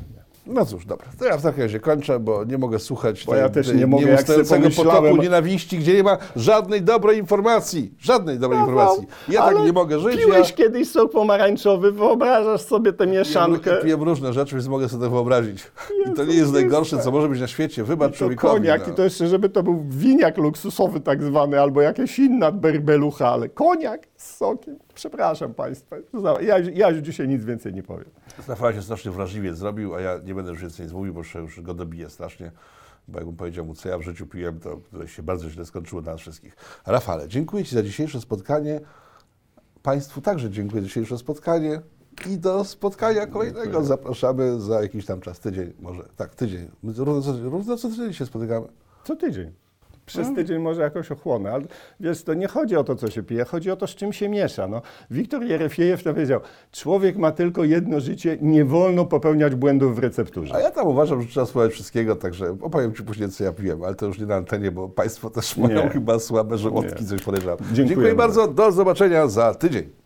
No cóż, dobra. To ja w takim razie kończę, bo nie mogę słuchać Bo ja też nie mogę, jak sobie nieustającego pomyślałem- potoku nienawiści, gdzie nie ma żadnej dobrej informacji. Żadnej dobrej informacji. Ja tak ale nie mogę żyć. Piłeś kiedyś sok pomarańczowy, wyobrażasz sobie tę mieszankę. Piję różne rzeczy, więc mogę sobie to wyobrazić. I to nie jest najgorsze, co może być na świecie. Wybacz To człowiekowi. koniak no. i to jeszcze, żeby to był winiak luksusowy tak zwany, albo jakaś inna berbelucha, ale koniak z sokiem. Przepraszam Państwa. Ja już dzisiaj nic więcej nie powiem. Rafał się strasznie wrażliwie zrobił, a ja nie będę już więcej nic mówił, bo już go dobiję strasznie. Bo jakbym powiedział mu, co ja w życiu piłem, to się bardzo źle skończyło dla nas wszystkich. Rafale, dziękuję Ci za dzisiejsze spotkanie. Państwu także dziękuję za dzisiejsze spotkanie. I do spotkania kolejnego zapraszamy za jakiś tam czas, tydzień może. Tak, tydzień. My równo co tydzień się spotykamy. Co tydzień. Przez tydzień może jakoś ochłonę, ale wiesz, to nie chodzi o to, co się pije, chodzi o to, z czym się miesza. No, Wiktor Jerefiejew to powiedział, człowiek ma tylko jedno życie, nie wolno popełniać błędów w recepturze. A ja tam uważam, że trzeba spróbować wszystkiego, także opowiem Ci później, co ja piłem, ale to już nie na antenie, bo Państwo też mają Nie. chyba słabe żołądki, coś podejrzewam. Dziękuję Dziękuję bardzo, do zobaczenia za tydzień.